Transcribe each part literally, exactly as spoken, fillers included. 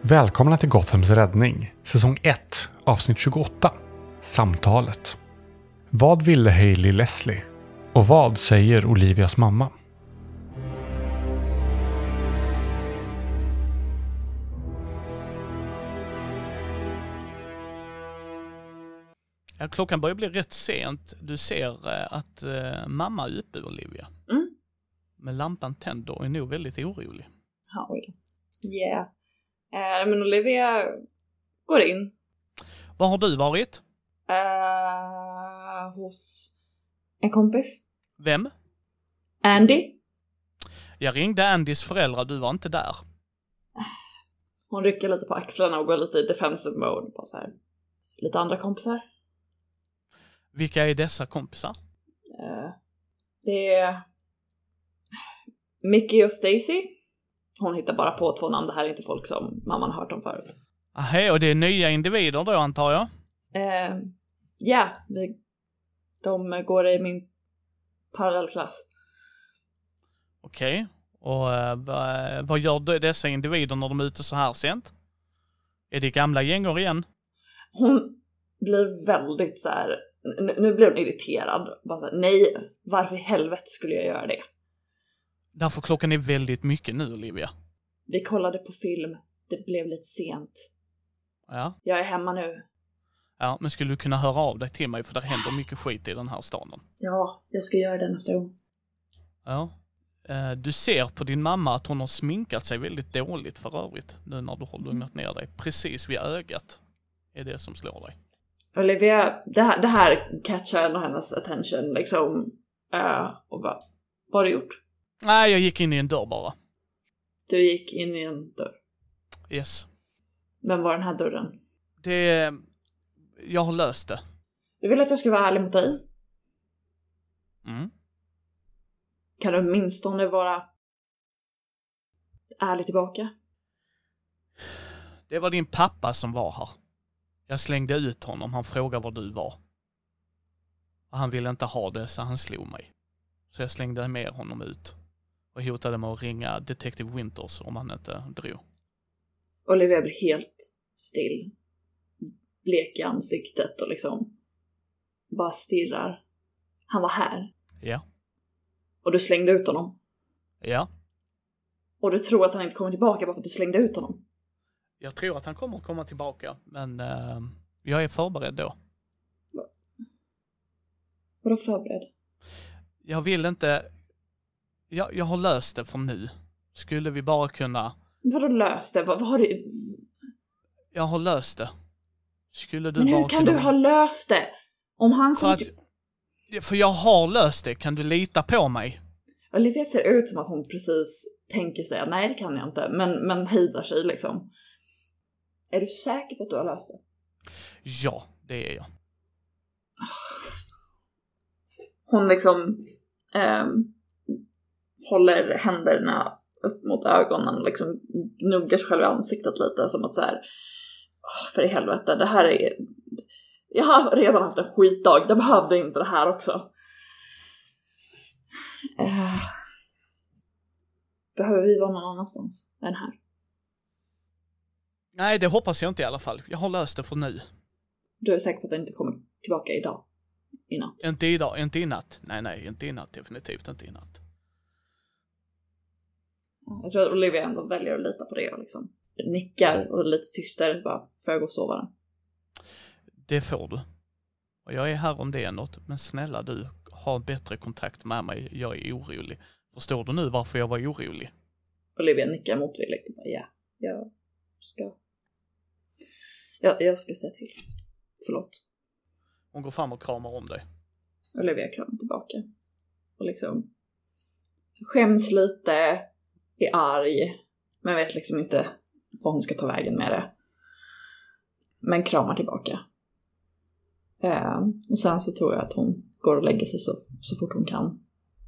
Välkomna till Gothams räddning, säsong ett, avsnitt tjugoåtta. Samtalet. Vad ville Hailey Leslie? Och vad säger Olivias mamma? Ja, klockan börjar bli rätt sent. Du ser eh, att eh, mamma är uppe, Olivia. Mm. Men lampan tänd och är nog väldigt orolig. Ja, oj. Yeah. Uh, men Olivia går in. Var har du varit? Uh, hos en kompis. Vem? Andy. Jag ringde Andys föräldrar, du var inte där. Hon rycker lite på axlarna och går lite i defensive mode. På så här. Lite andra kompisar. Vilka är dessa kompisar? Uh, det är Mickey och Stacy. Hon hittar bara på två namn. Det här är inte folk som mamman har hört om förut. Aha, och det är nya individer då, antar jag? Ja, uh, yeah, de, de går i min parallellklass. Okej. Okay. Och uh, vad, vad gör dessa individer när de är ute så här sent? Är det gamla gängor igen? Hon blir väldigt så här. Nu, nu blir hon irriterad. Bara så här, nej, varför i helvete skulle jag göra det? Därför klockan är väldigt mycket nu, Olivia. Vi kollade på film. Det blev lite sent. Ja. Jag är hemma nu. Ja, men skulle du kunna höra av dig till mig? För det händer mycket skit i den här staden. Ja, jag ska göra det nästa gång. Ja. Du ser på din mamma att hon har sminkat sig väldigt dåligt för övrigt. Nu när du har lugnat ner dig. Precis vid ögat är det som slår dig. Olivia, det här, det här catchar ändå hennes attention. Liksom. Uh, och bara, vad har du gjort? Nej, jag gick in i en dörr bara. Du gick in i en dörr? Yes. Vem var den här dörren? Det... Jag har löst det. Du vill att jag ska vara ärlig mot dig? Mm. Kan du åtminstone vara ärlig tillbaka? Det var din pappa som var här. Jag slängde ut honom. Han frågade var du var. Och han ville inte ha det så han slog mig. Så jag slängde med honom ut. Och hotade med att ringa Detective Winters om han inte drog. Olivia blir helt still. Blek i ansiktet och liksom bara stirrar. Han var här. Ja. Och du slängde ut honom. Ja. Och du tror att han inte kommer tillbaka bara för att du slängde ut honom. Jag tror att han kommer att komma tillbaka. Men uh, jag är förberedd då. Va? Vadå förberedd? Jag vill inte... Jag, jag har löst det för nu. Skulle vi bara kunna... Vadå löst det? Vad, vad har du... Jag har löst det. Skulle du Men hur bara kan kunna... du ha löst det? Om han för, kom... att... för jag har löst det. Kan du lita på mig? Olivia ser ut som att hon precis tänker sig att nej, det kan jag inte. Men, men hejdar sig liksom. Är du säker på att du har löst det? Ja, det är jag. Hon liksom ähm, håller händerna upp mot ögonen och liksom gnuggar sig själv i ansiktet lite som att så här, oh, för i helvete, det här är... Jag har redan haft en skitdag, jag behövde inte det här också. Äh, behöver vi vara någon annanstans än här? Nej, det hoppas jag inte i alla fall. Jag har löst det för nu. Du är säker på att den inte kommer tillbaka idag? I natt? Inte idag, inte i natt. Nej, nej, inte i natt. Definitivt inte i natt. Jag tror att Olivia ändå väljer att lita på det och liksom nickar och lite tystare bara för att gå och sova den. Det får du. Och jag är här om det är något. Men snälla du, ha bättre kontakt med mig. Jag är orolig. Förstår du nu varför jag var orolig? Olivia nickar motvilligt och bara, ja, jag ska... Jag, jag ska säga till. Förlåt. Hon går fram och kramar om dig. Olivia kramar tillbaka. Och liksom skäms lite, är arg, men vet liksom inte vad hon ska ta vägen med det. Men kramar tillbaka. Eh, och sen så tror jag att hon går och lägger sig så, så fort hon kan.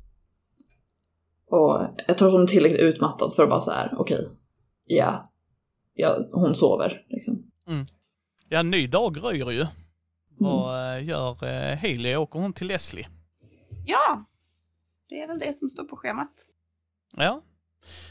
Och jag tror att hon är tillräckligt utmattad för att bara så här, okej, okay, ja, ja, hon sover liksom. Mm. Ja, en ny dag röjer ju. Vad mm. gör eh, Hailey? Åker hon till Leslie? Ja, det är väl det som står på schemat. Ja.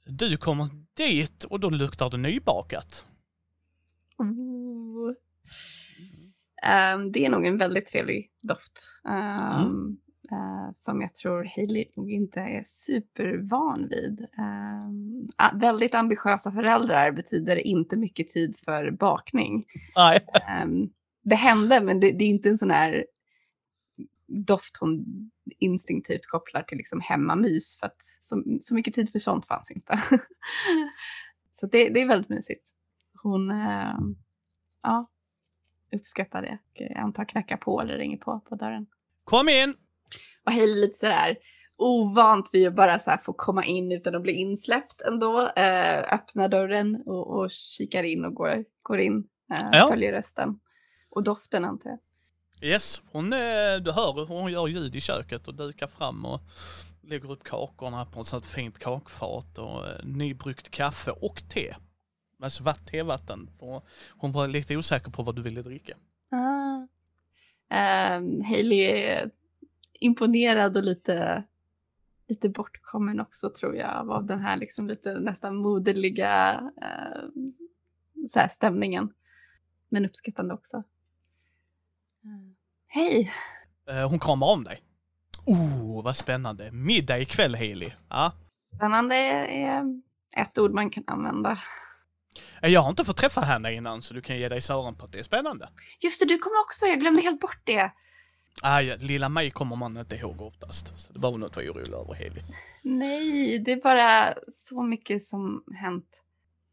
Du kommer dit och då luktar det nybakat. Ooh. Um, det är nog en väldigt trevlig doft. Um, mm. uh, som jag tror Hailey nog inte är supervan vid. Um, uh, väldigt ambitiösa föräldrar betyder inte mycket tid för bakning. Nej. Um, det hände, men det, det är inte en sån här doft hon instinktivt kopplar till liksom hemmamys. För att så, så mycket tid för sånt fanns inte. Så det, det är väldigt mysigt. Hon... Uh, ja. uppskattar det. Jag antar knackar på eller ringer på på dörren. Kom in! Och Hailey lite sådär ovant vid att bara så här få komma in utan att bli insläppt ändå. Äh, öppnar dörren och, och kikar in och går, går in. Äh, ja. Följer rösten. Och doften antar jag. Yes, hon, du hör hon gör ljud i köket och dukar fram och lägger upp kakorna på ett sånt fint kakfat och nybryggt kaffe och te. Alltså vatt, tevatten. Hon var lite osäker på vad du ville dricka. Ah. Um, Hailey är imponerad och lite, lite bortkommen också tror jag. Av den här liksom lite nästan moderliga uh, så här stämningen. Men uppskattande också. Uh, Hej! Uh, hon kramar om dig. Oh, vad spännande. Middag ikväll, Hailey. Ja. Spännande är ett ord man kan använda. Jag har inte fått träffa henne innan så du kan ge dig sören på att det är spännande. Just det, du kommer också. Jag glömde helt bort det. Aj, lilla mig kommer man inte ihåg oftast. Så det var något att vara orolig över, Hailey. Nej, det är bara så mycket som hänt.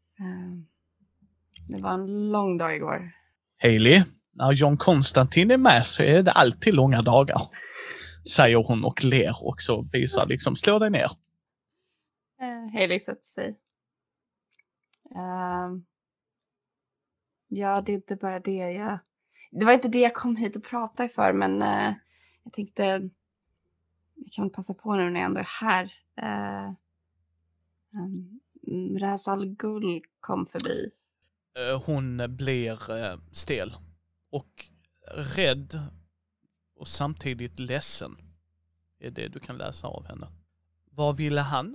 Det var en lång dag igår. Hailey, när John Konstantin är med så är det alltid långa dagar. Säger hon och ler också. Visar liksom, slå dig ner. Hailey sätter sig. Uh, ja, det är inte bara det jag... Det var inte det jag kom hit och pratade för, men uh, jag tänkte jag kan passa på nu när jag ändå är här. Uh, um, Ra's al Ghul kom förbi. Uh, hon blir uh, stel och rädd och samtidigt ledsen. Det är det du kan läsa av henne. Vad ville han?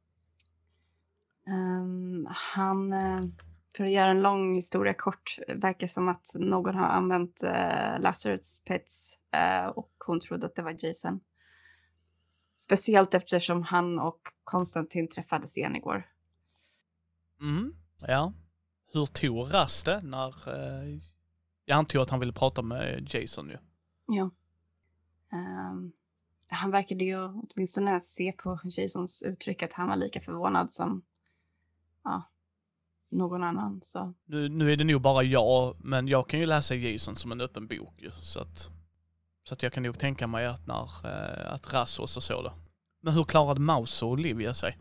Um, han, för att göra en lång historia kort, verkar som att någon har använt uh, Lazarus Pets uh, och hon trodde att det var Jason. Speciellt eftersom han och Konstantin träffades igen igår. Mm, ja. Hur tog Ras det när... Uh, jag antog att han ville prata med Jason ju. Ja. Um, han verkade ju åtminstone se på Jasons uttryck att han var lika förvånad som ja, någon annan. Så. Nu, nu är det nog bara jag, men jag kan ju läsa Jason som en öppen bok ju, så att, så att jag kan nog tänka mig att när eh, att Ras också såg det. Men hur klarade Mouse och Olivia sig?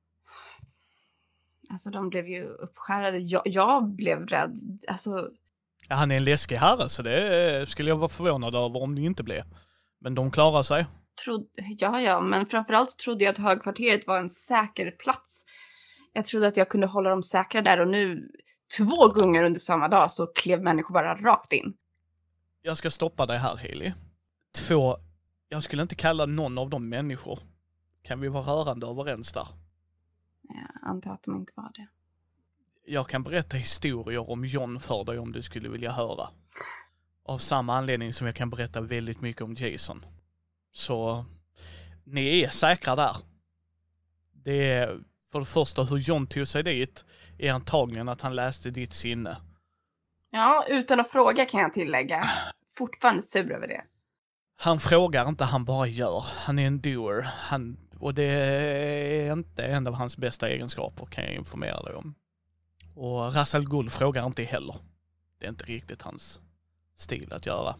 Alltså de blev ju uppskärrade. Jag, jag blev rädd. Alltså... Ja, han är en läskig herre, så det skulle jag vara förvånad över om det inte blev. Men de klarar sig. Trod... Ja, ja, men framförallt trodde jag att högkvarteret var en säker plats. Jag trodde att jag kunde hålla dem säkra där och nu två gånger under samma dag så klev människor bara rakt in. Jag ska stoppa dig här, Hailey. Två, jag skulle inte kalla någon av dem människor. Kan vi vara rörande överens där? Jag antar att de inte var det. Jag kan berätta historier om John för dig om du skulle vilja höra. Av samma anledning som jag kan berätta väldigt mycket om Jason. Så ni är säkra där. Det är för det första hur John tog sig dit är antagligen att han läste ditt sinne. Ja, utan att fråga kan jag tillägga. Fortfarande sur över det. Han frågar inte, han bara gör. Han är en doer. Han, och det är inte en av hans bästa egenskaper kan jag informera dig om. Och Ra's al Ghul frågar inte heller. Det är inte riktigt hans stil att göra.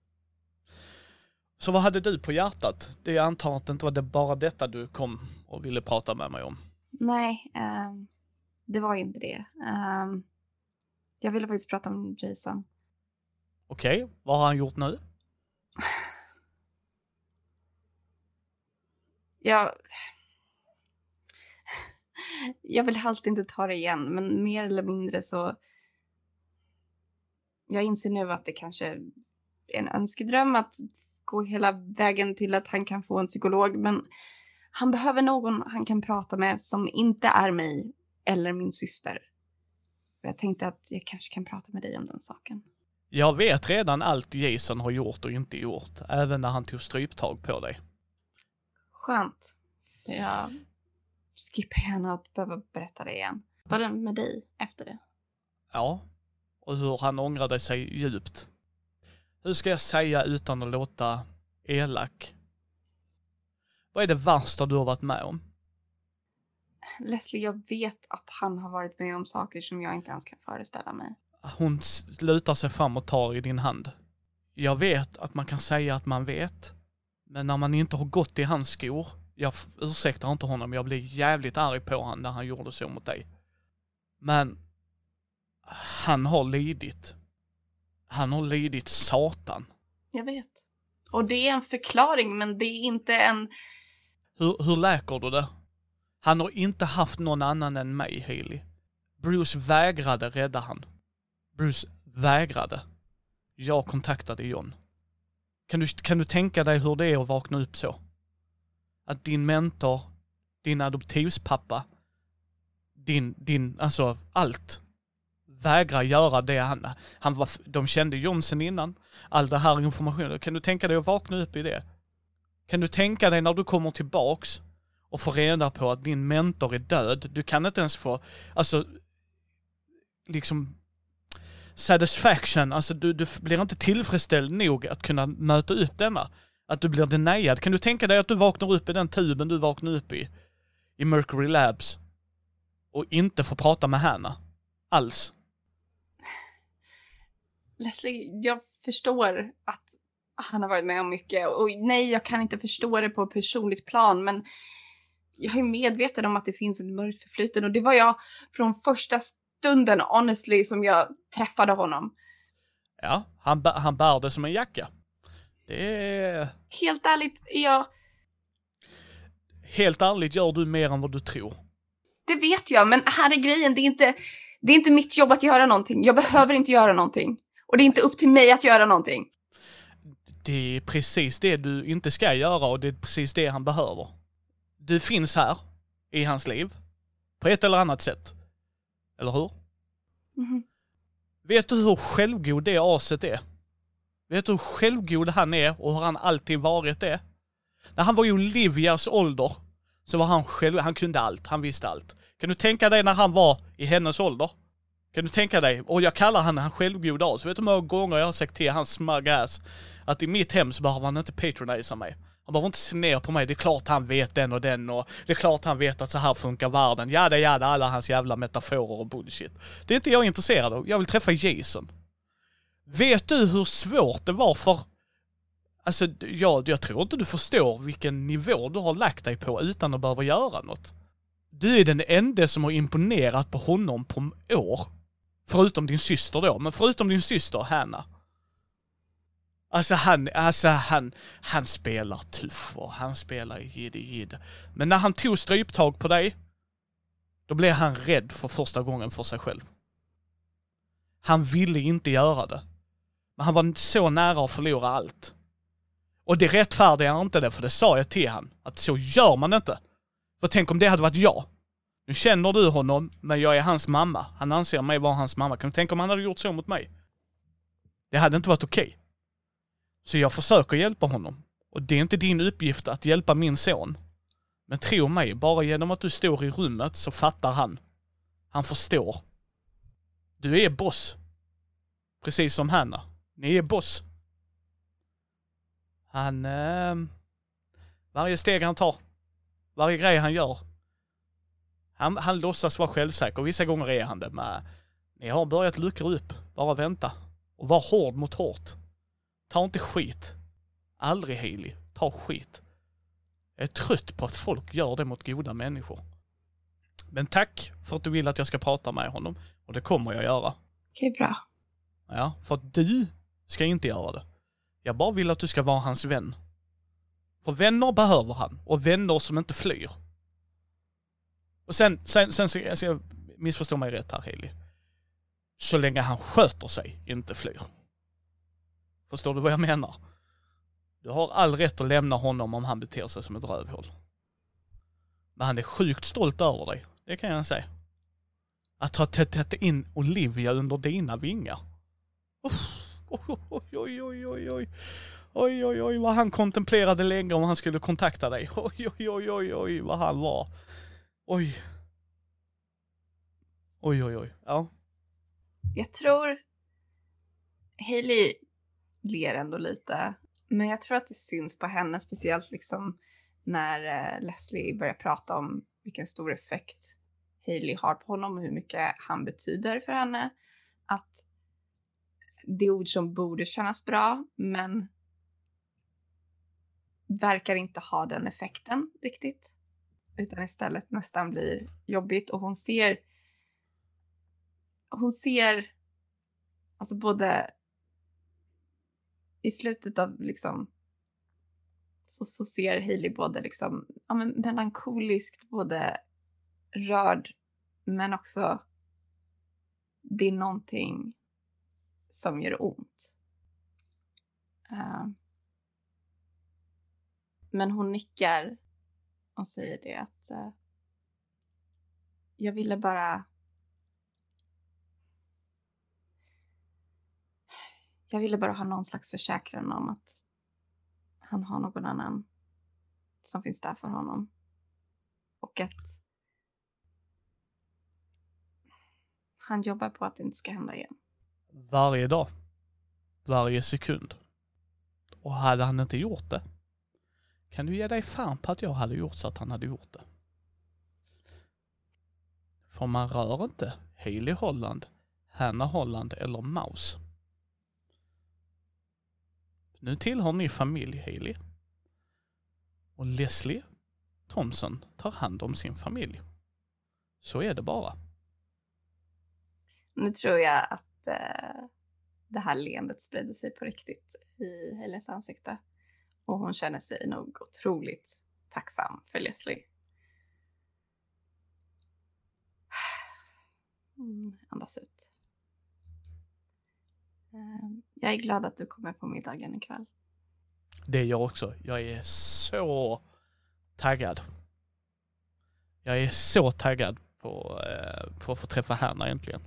Så vad hade du på hjärtat? Det jag antar att det inte var det bara detta du kom och ville prata med mig om. Nej, um, det var inte det. Um, jag ville faktiskt prata om Jason. Okej, okay, vad har han gjort nu? Jag... Jag vill helst inte ta det igen, men mer eller mindre så... Jag inser nu att det kanske är en önskedröm att gå hela vägen till att han kan få en psykolog, men Han behöver någon han kan prata med som inte är mig eller min syster. Jag tänkte att jag kanske kan prata med dig om den saken. Jag vet redan allt Jason har gjort och inte gjort. Även när han tog stryptag på dig. Skönt. Jag skippar gärna att behöva berätta det igen. Ta den med dig efter det. Ja. Och hur han ångrade sig djupt. Hur ska jag säga utan att låta elak? Vad är det värsta du har varit med om? Leslie, jag vet att han har varit med om saker som jag inte ens kan föreställa mig. Hon lutar sig fram och tar i din hand. Jag vet att man kan säga att man vet. Men när man inte har gått i hans skor. Jag ursäktar inte honom. Jag blev jävligt arg på honom när han gjorde så mot dig. Men han har lidit. Han har lidit satan. Jag vet. Och det är en förklaring, men det är inte en... Hur, hur läker du det? Han har inte haft någon annan än mig, Hailey. Bruce vägrade rädda han. Bruce vägrade. Jag kontaktade John. Kan du, kan du tänka dig hur det är att vakna upp så? Att din mentor, din adoptivspappa, din, din, alltså allt, vägrar göra det han, han var, de kände Johnson innan. All det här informationen. Kan du tänka dig att vakna upp i det? Kan du tänka dig när du kommer tillbaks och får reda på att din mentor är död? Du kan inte ens få, alltså, liksom, satisfaction. Alltså, du, du blir inte tillfredsställd nog att kunna möta upp denna. Att du blir denied. Kan du tänka dig att du vaknar upp i den tuben du vaknar upp i, i Mercury Labs, och inte får prata med henne alls? Leslie, jag förstår att han har varit med om mycket. Och nej, jag kan inte förstå det på ett personligt plan. Men jag är medveten om att det finns en mörkt förfluten. Och det var jag från första stunden, honestly, som jag träffade honom. Ja, han, han bär det som en jacka. Det är... Helt ärligt, jag... Helt ärligt gör du mer än vad du tror. Det vet jag, men här är grejen. Det är inte, det är inte mitt jobb att göra någonting. Jag behöver inte göra någonting. Och det är inte upp till mig att göra någonting. Det är precis det du inte ska göra, och det är precis det han behöver. Du finns här i hans liv på ett eller annat sätt. Eller hur? Mm-hmm. Vet du hur självgod det aset är? Vet du hur självgod han är och hur han alltid varit det? När han var i Olivias ålder så var han själv, han kunde allt, han visste allt. Kan du tänka dig när han var i hennes ålder? Kan du tänka dig, och jag kallar han han självgod as. Vet du hur många gånger jag har sagt till hans smug ass att i mitt hem så behöver han inte patronisa mig. Han behöver inte se ner på mig. Det är klart han vet den och den, och det är klart han vet att så här funkar världen. Jada jada, alla hans jävla metaforer och bullshit. Det är inte jag intresserad av. Jag vill träffa Jason. Vet du hur svårt det var för... Alltså, jag, jag tror inte du förstår vilken nivå du har lagt dig på utan att behöva göra något. Du är den enda som har imponerat på honom på år. Förutom din syster då, men förutom din syster, Hanna. Alltså han, alltså han, han spelar tuff och han spelar jidde jidde. Men när han tog stryptag på dig, då blev han rädd för första gången för sig själv. Han ville inte göra det. Men han var så nära att förlora allt. Och det rättfärdigar inte det, för det sa jag till han. Att så gör man inte. För tänk om det hade varit jag. Nu känner du honom, men jag är hans mamma. Han anser mig vara hans mamma. Kan du tänka om han hade gjort så mot mig? Det hade inte varit okej. Så jag försöker hjälpa honom. Och det är inte din uppgift att hjälpa min son. Men tro mig, bara genom att du står i rummet så fattar han. Han förstår. Du är boss. Precis som Hanna. Ni är boss. Han... Eh, varje steg han tar. Varje grej han gör. Han, han låtsas vara självsäker. Vissa gånger är han det. Men ni har börjat luckra upp. Bara vänta. Och var hård mot hårt. Ta inte skit. Aldrig, Hailey. Ta skit. Jag är trött på att folk gör det mot goda människor. Men tack för att du vill att jag ska prata med honom. Och det kommer jag göra. Okej, bra. Ja, för att du ska inte göra det. Jag bara vill att du ska vara hans vän. För vänner behöver han. Och vänner som inte flyr. Och sen, sen, sen så, alltså, jag missförstår mig rätt här, Hailey. Så länge han sköter sig, inte flyr. Förstår du vad jag menar? Du har all rätt att lämna honom om han beter sig som ett rövhål. Men han är sjukt stolt över dig. Det kan jag säga. Att ha tätt in Olivia under dina vingar. Oj, oj, oj, oj, oj. Oj, oj, oj, vad han kontemplerade länge om han skulle kontakta dig. Oj, oj, oj, oj, oj, vad han var. Oj. Oj, oj, oj. Ja. Jag tror Hailey ler ändå lite. Men jag tror att det syns på henne, speciellt liksom när eh, Leslie börjar prata om vilken stor effekt Hailey har på honom och hur mycket han betyder för henne. Att det är ord som borde kännas bra, men verkar inte ha den effekten riktigt. Utan istället nästan blir jobbigt. Och hon ser hon ser alltså både i slutet av liksom så, så ser Hailey både liksom ja, men melankoliskt, både rörd, men också det är någonting som gör ont. Uh, men hon nickar och säger det att uh, jag ville bara jag ville bara ha någon slags försäkran om att han har någon annan som finns där för honom. Och att han jobbar på att det inte ska hända igen. Varje dag. Varje sekund. Och hade han inte gjort det, kan du ge dig fan på att jag hade gjort så att han hade gjort det. För man rör inte Hailey Holland, Hannah Holland eller Mouse. Nu tillhör ni familj, Hailey. Och Leslie Thompson tar hand om sin familj. Så är det bara. Nu tror jag att eh, det här leendet sprider sig på riktigt i Haileys ansikte. Och hon känner sig nog otroligt tacksam för Leslie. Mm, andas ut. Eh, jag är glad att du kommer på middagen ikväll. Det är jag också. Jag är så taggad. Jag är så taggad på, eh, på att få träffa Hannah äntligen.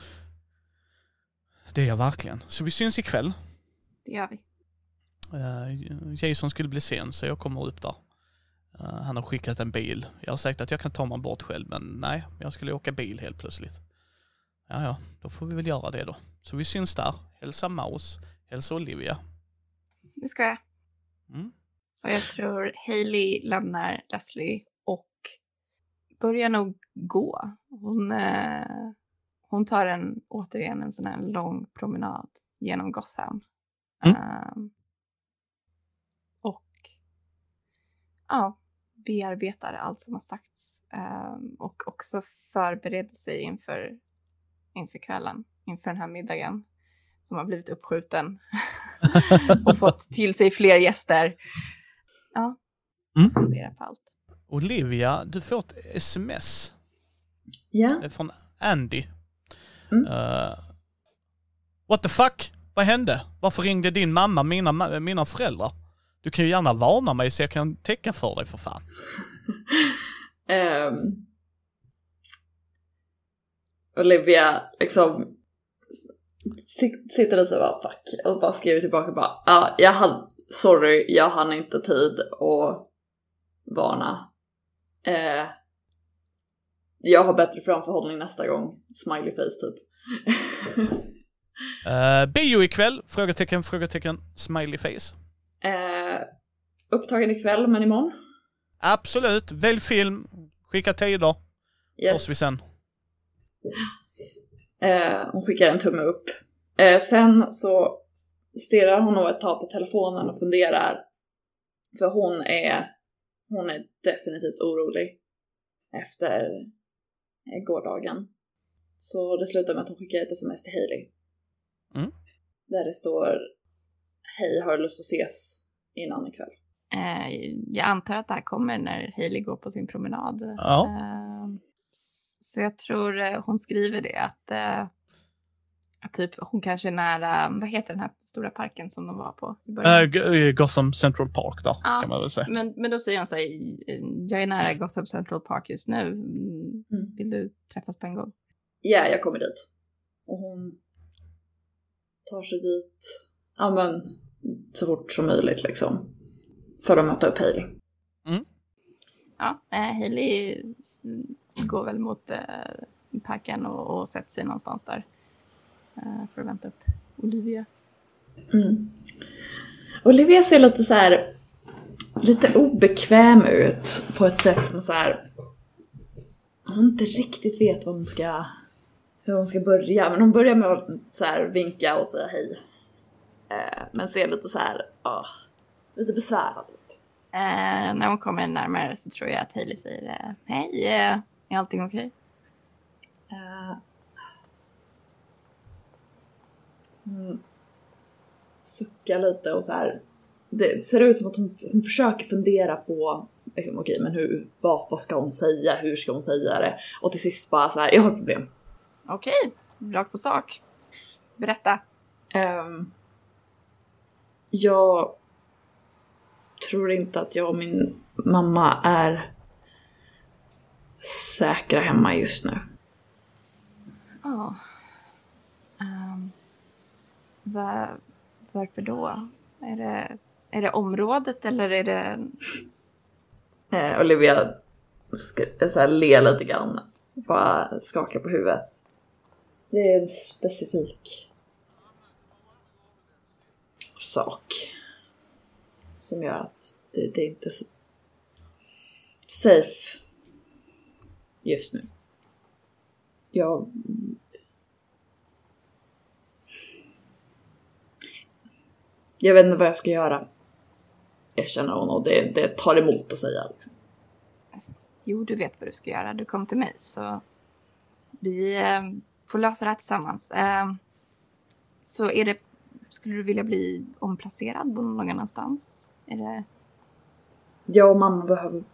Det är jag verkligen. Så vi syns ikväll. Det gör vi. Uh, Jason skulle bli sen så jag kommer upp där. Uh, han har skickat en bil. Jag har sagt att jag kan ta mig bort själv, men nej, jag skulle åka bil helt plötsligt. Ja, ja, då får vi väl göra det då. Så vi syns där. Hälsa Mouse, hälsa Olivia. Det ska jag. Mm. Och jag tror Hailey lämnar Leslie och börjar nog gå. Hon, eh, hon tar en, återigen en sån här lång promenad genom Gotham. Mm. Um, och ja, bearbetar allt som har sagts. Um, och också förbereder sig inför, inför kvällen, inför den här middagen som har blivit uppskjuten och fått till sig fler gäster. Ja, Mm. fundera på allt. Olivia, du får ett sms. Ja. Det är från Andy. Mm. Uh, what the fuck? Vad hände? Varför ringde din mamma mina, mina föräldrar? Du kan ju gärna varna mig så jag kan täcka för dig för fan. um, Olivia liksom sitter där så bara fuck och bara skriver tillbaka bara ja, ah, jag hade sorry, jag hade inte tid att varna. Eh, jag har bättre framförhållning nästa gång. Smiley face typ. uh, bio ikväll? Frågetecken, frågetecken, smiley face. Eh, upptagen ikväll, men imorgon. Absolut, välj film, skicka tider. Yes. Hörs vi sen. Eh, hon skickar en tumme upp. Eh, sen så stirrar hon nog ett tag på telefonen och funderar. För hon är hon är definitivt orolig efter eh, gårdagen. Så det slutar med att hon skickar ett sms till Hailey. Mm. Där det står: hej, har du lust att ses innan ikväll? Eh, jag antar att det här kommer när Hailey går på sin promenad. Ja. Eh, så jag tror eh, hon skriver det att eh, Typ, hon kanske är nära, vad heter den här stora parken som de var på i början? Äh, G- Gotham Central Park då, Ja, kan man väl säga. Men, men då säger hon så här, jag är nära Gotham Central Park just nu. Mm, Mm. Vill du träffas på en gång? Ja, jag kommer dit. Och hon tar sig dit, ja men, så fort som möjligt liksom. För att möta upp Hailey. Ja, eh, Hailey går väl mot eh, parken och, och sätter sig någonstans där. Eh, för att vänta upp Olivia. Mm. Olivia ser lite så här, lite obekväm ut på ett sätt som så här, hon inte riktigt vet vad hon ska, hur hon ska börja. Men hon börjar med att så här vinka och säga hej. Eh, men ser lite så här, ah, lite besvärad ut. Eh, när hon kommer närmare så tror jag att Hailey säger eh, hej, eh, är allting okej? Uh, hon suckar lite och så här. Det ser ut som att hon, hon försöker fundera på liksom, okej, men hur, vad, vad ska hon säga, hur ska hon säga det, och till sist bara så här, jag har ett problem. Okej, rakt på sak. Berätta. Um, jag tror inte att jag och min mamma är säkra hemma just nu. Ja. Um, va, varför då? Är det, är det området eller är det... Eh, Olivia ska, så här, le lite grann. Bara skaka på huvudet. Det är en specifik sak som gör att det, det är inte så safe just nu. Jag... Jag vet inte vad jag ska göra. Jag känner hon och det, det tar emot att säga. Liksom. Jo, du vet vad du ska göra. Du kom till mig, så vi eh, får lösa det här tillsammans. Eh, så är det... Skulle du vilja bli omplacerad någon annanstans? Är det... Jag och mamma behöver...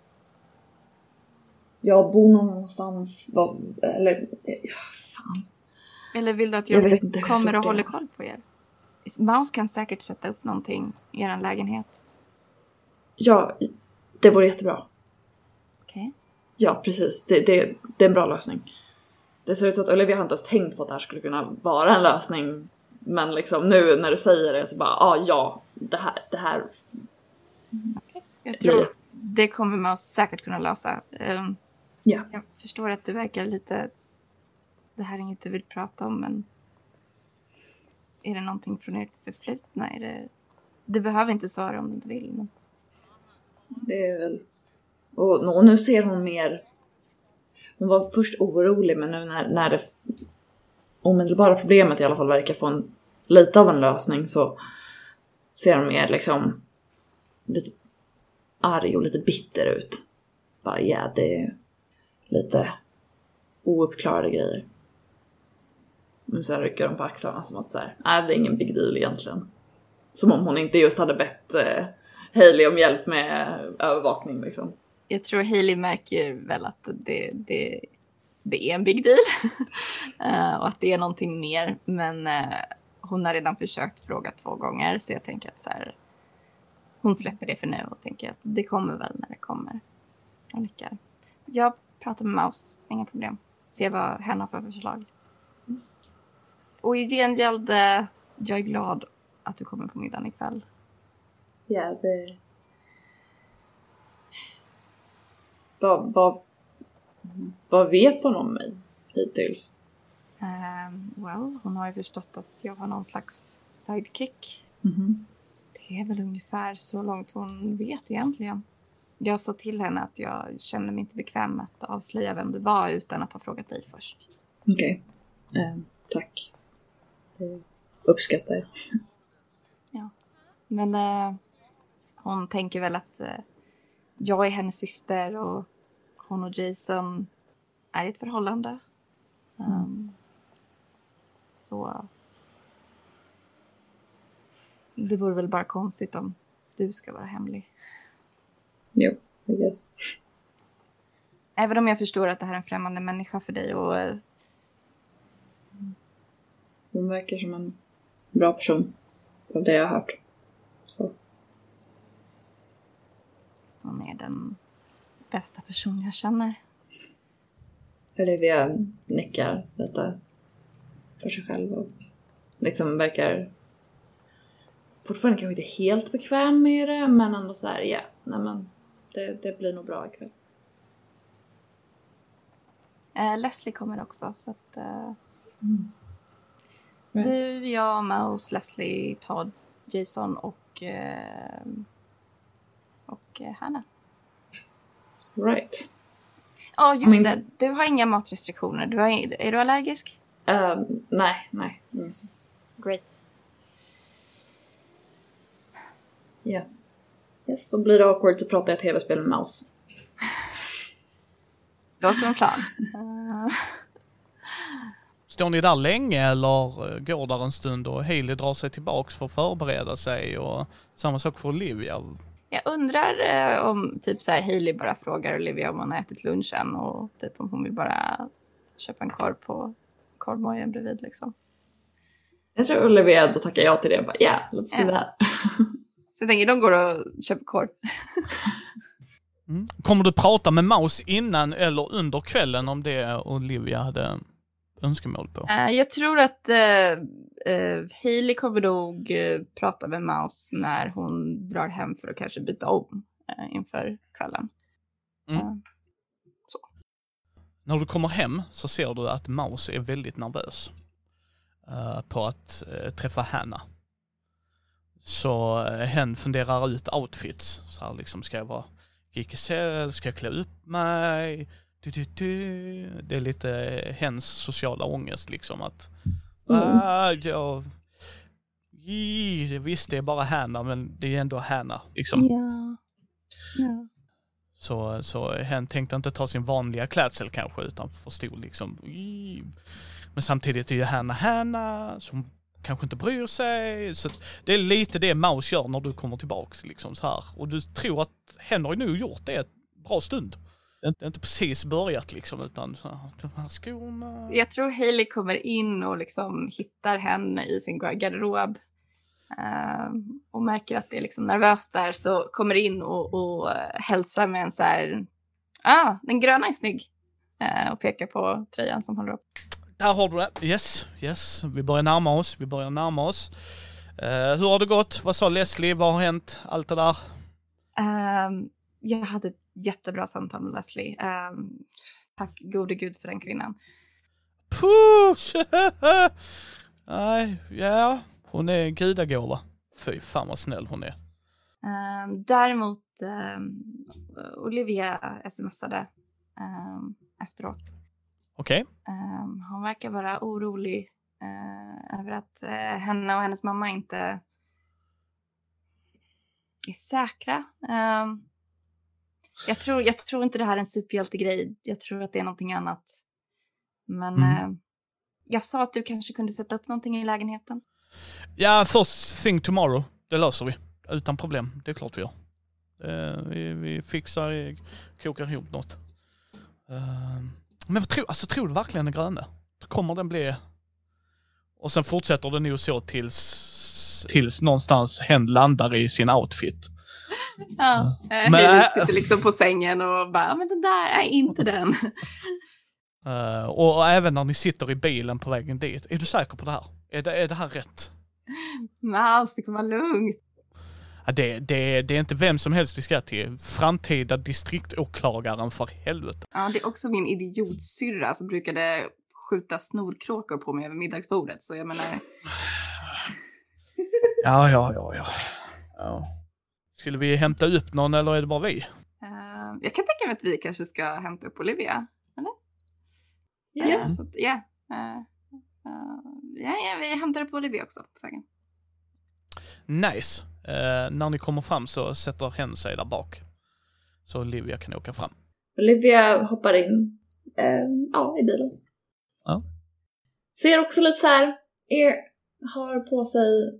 Jag bor någon annanstans. Var... Eller... Ja, fan. Eller vill du att jag, Jag vet inte hur kommer stort och det håller är. koll på er? Mouse kan säkert sätta upp någonting i er lägenhet. Ja, det vore jättebra. Okej. Ja, precis. Det, det, det är en bra lösning. Det ser ut som att Olivia har inte ens tänkt på att det här skulle kunna vara en lösning. Men liksom nu när du säger det så bara, ah, ja, det här, det här. Jag tror det kommer man säkert kunna lösa. Um, Ja. Jag förstår att du verkar lite... Det här är inget du vill prata om, men... Är det någonting från ert förflutna? Är det... Du behöver inte svara om du inte vill, men... Det är väl... Och, och nu ser hon mer... Hon var först orolig, men nu när, när det omedelbara problemet i alla fall verkar få en, lite av en lösning, så ser hon mer liksom lite arg och lite bitter ut. Bara, ja, det är lite ouppklarade grejer. Men sen rycker de på axlarna som att så här, nej, det är ingen big deal egentligen. Som om hon inte just hade bett eh, Hailey om hjälp med övervakning liksom. Jag tror Hailey märker väl att det, det, det är en big deal. uh, och att det är någonting mer. Men uh, hon har redan försökt fråga två gånger. Så jag tänker att så här, hon släpper det för nu och tänker att det kommer väl när det kommer. Jag nickar. Jag pratar med Mouse, inga problem. Se vad hen har för förslag. Mm. Och i gengäld, uh, jag är glad att du kommer på middagen ikväll. Ja, det... Vad, vad, vad vet hon om mig hittills? Um, well, hon har ju förstått att jag har någon slags sidekick. Mm-hmm. Det är väl ungefär så långt hon vet egentligen. Jag sa till henne att jag kände mig inte bekväm med att avslöja vem du var utan att ha frågat dig först. Okej, okay. um, tack. Det uppskattar jag. Ja, men uh, hon tänker väl att uh, jag är hennes syster och hon och Jason är i ett förhållande. Um, mm. Så det vore väl bara konstigt om du ska vara hemlig. Jo, I guess. Även om jag förstår att det här är en främmande människa för dig och hon verkar som en bra person. Av det jag har hört. Så. Hon är den bästa person jag känner. Olivia nickar lite för sig själv och liksom verkar fortfarande kanske inte helt bekväm med det, men ändå så här, ja, nej men det, det blir nog bra ikväll. Eh, Leslie kommer också, så att eh, Mm. Right. du, jag, Mouse, Leslie, Todd, Jason och eh, och eh, Hanna. Right. Ja, just Min- det. Du har inga matrestriktioner. Du har, ing- är du allergisk? Um, nej, nej. Mm, så. Great. Ja. Yes, så blir det awkward så pratar jag tv-spel med Mouse. Det var som en plan. Uh, Står ni där länge eller går där en stund och Hailey drar sig tillbaks för att förbereda sig och samma sak för Olivia? jag undrar eh, om typ så här Hailey bara frågar Olivia om hon har ätit lunchen och typ om hon vill bara köpa en korv på korvmojen bredvid liksom. Jag tror Olivia då tackar jag till det och bara, ja, yeah, let's do Ja. that. Så jag tänker, de går och köper korv. Mm. Kommer du prata med Mouse innan eller under kvällen om det Olivia hade önskemål på? Uh, jag tror att uh, uh, Hailey kommer nog uh, prata med Mouse när hon drar hem för att kanske byta om uh, inför kvällen. Mm. Uh, När du kommer hem så ser du att Mouse är väldigt nervös uh, på att uh, träffa Hanna. Så uh, hen funderar ut outfits. Så här liksom, ska jag vara gickesell? Ska jag klä upp mig? Du, du, du. Det är lite uh, hens sociala ångest liksom att Mm. ah, jag, i, visst det är bara Hanna men det är ändå Hanna liksom. ja. ja. Så, så hen tänkte inte ta sin vanliga klädsel kanske utan förstod liksom i. Men samtidigt är ju Hanna Hanna som kanske inte bryr sig. Så det är lite det Mouse gör när du kommer tillbaks liksom så här. Och du tror att hen har ju nu gjort det ett bra stund. Det är inte precis börjat liksom utan så här, de här skorna. Jag tror Hailey kommer in och liksom hittar henne i sin garderob. Uh, och märker att det är liksom nervöst där, så kommer in och, och uh, hälsar med en så här, ah, den gröna är snygg. Uh, och pekar på tröjan som håller upp. Där har du det. Yes, yes. Vi börjar närma oss. Vi börjar närma oss. Uh, hur har det gått? Vad sa Leslie? Vad har hänt? Allt det där? Um, jag hade ett jättebra samtal med Leslie. Um, tack gode gud för den kvinnan. Puh! Nej, ja. Hon är en gudagåva. Fy fan vad snäll hon är. Um, däremot um, Olivia smsade um, efteråt. Okej. Okay. Um, hon verkar vara orolig uh, över att uh, henne och hennes mamma inte är säkra. Um, jag, tror, jag tror inte det här är en superhjältegrej. Jag tror att det är någonting annat. Men mm. uh, jag sa att du kanske kunde sätta upp någonting i lägenheten. Ja, first thing tomorrow. Det löser vi. Utan problem. Det är klart vi gör. Uh, vi, vi fixar, kokar ihop något. Uh, men vad tror, alltså, tror du verkligen den gröna? Kommer den bli... Och sen fortsätter det nog så tills, tills någonstans hen landar i sin outfit. Ja, uh, Hailey sitter liksom på sängen och bara, men den där är inte den. uh, och, och även när ni sitter i bilen på vägen dit. Är du säker på det här? Är det, är det här rätt? Mouse, det kommer vara lugnt. Ja, det, det, det är inte vem som helst vi ska till. Framtida distriktåklagaren, för helvete. Ja, det är också min idiotsyrra som brukade skjuta snorkråkor på mig över middagsbordet. Så jag menar... Ja, ja, ja, ja. ja. Skulle vi hämta upp någon eller är det bara vi? Uh, jag kan tänka mig att vi kanske ska hämta upp Olivia. Eller? Ja. Yeah. Uh, så att, yeah. uh, uh, ja, ja, vi hämtar upp Olivia också på vägen. Nice. Uh, när ni kommer fram så sätter hen sig där bak. Så Olivia kan åka fram. Olivia hoppar in eh, ja, i bilen. Ja. Ser också lite så här, är, har på sig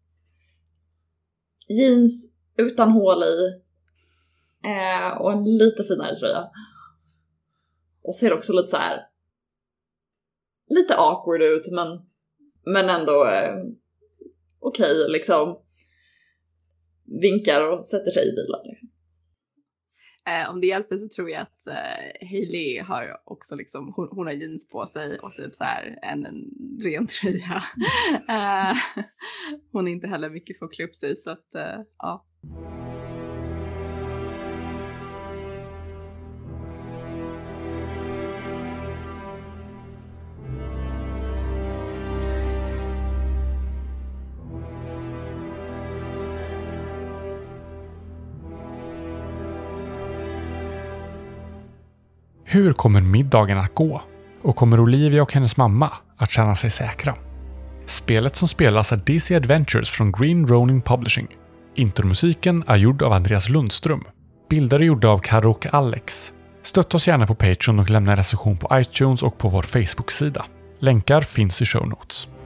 jeans utan hål i eh, och en lite finare tröja. Och ser också lite så här lite awkward ut, men Men ändå eh, okej, okay, liksom vinkar och sätter sig i bilen. Liksom. Eh, om det hjälper så tror jag att eh, Hailey har också liksom, hon, hon har jeans på sig och typ så här en, en ren tröja. eh, hon är inte heller mycket för att klä upp sig, så att eh, ja. Hur kommer middagen att gå? Och kommer Olivia och hennes mamma att känna sig säkra? Spelet som spelas är D C Adventures från Green Ronin Publishing. Intromusiken är gjord av Andreas Lundström. Bilder är gjorda av Karo och Alex. Stötta oss gärna på Patreon och lämna en recension på iTunes och på vår Facebook-sida. Länkar finns i show notes.